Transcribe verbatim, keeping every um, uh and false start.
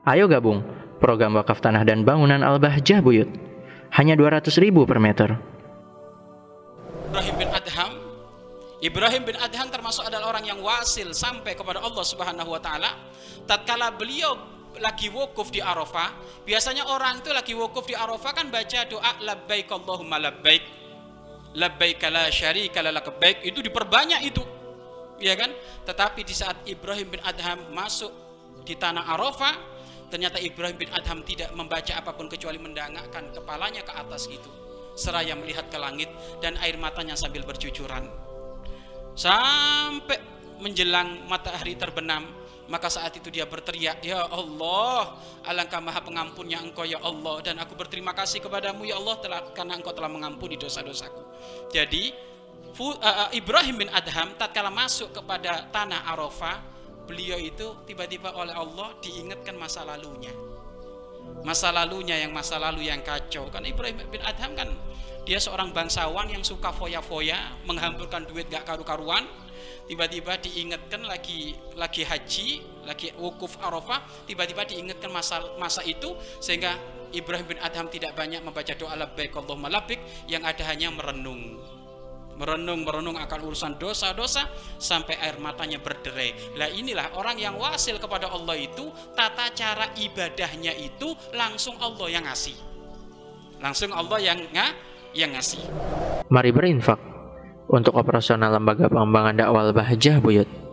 Ayo gabung program wakaf tanah dan bangunan Al-Bahjah Buyut. Hanya dua ratus ribu per meter. Ibrahim bin Adham Ibrahim bin Adham termasuk adalah orang yang wasil sampai kepada Allah Subhanahu wa taala. Tatkala beliau lagi wukuf di Arafah, biasanya orang itu lagi wukuf di Arafah kan baca doa labbaik Allahumma labbaik, labbaik la syarika lak labbaik, itu diperbanyak itu, ya kan? Tetapi di saat Ibrahim bin Adham masuk di tanah Arafah, ternyata Ibrahim bin Adham tidak membaca apapun kecuali mendangakkan kepalanya ke atas gitu, seraya melihat ke langit dan air matanya sambil bercucuran sampai menjelang matahari terbenam. Maka saat itu dia berteriak, ya Allah, alangkah maha pengampunnya Engkau ya Allah, dan aku berterima kasih kepadamu ya Allah telah, karena Engkau telah mengampuni dosa-dosaku. Jadi Ibrahim bin Adham tatkala masuk kepada tanah Arafah, beliau itu tiba-tiba oleh Allah diingatkan masa lalunya, masa lalunya yang masa lalu yang kacau. Karena Ibrahim bin Adham kan dia seorang bangsawan yang suka foya-foya, menghamburkan duit gak karu-karuan. Tiba-tiba diingatkan lagi lagi haji, lagi wukuf Arafah, tiba-tiba diingatkan masa masa itu, sehingga Ibrahim bin Adham tidak banyak membaca doa labbaik Allahumma labbaik, yang ada hanya merenung merenung merenung akan urusan dosa-dosa sampai air matanya berderai. Lah inilah orang yang wasil kepada Allah itu, tata cara ibadahnya itu langsung Allah yang ngasih, langsung Allah yang nga, yang ngasih. Mari berinfak untuk operasional lembaga pengembangan dakwah Al-Bahjah Buyut.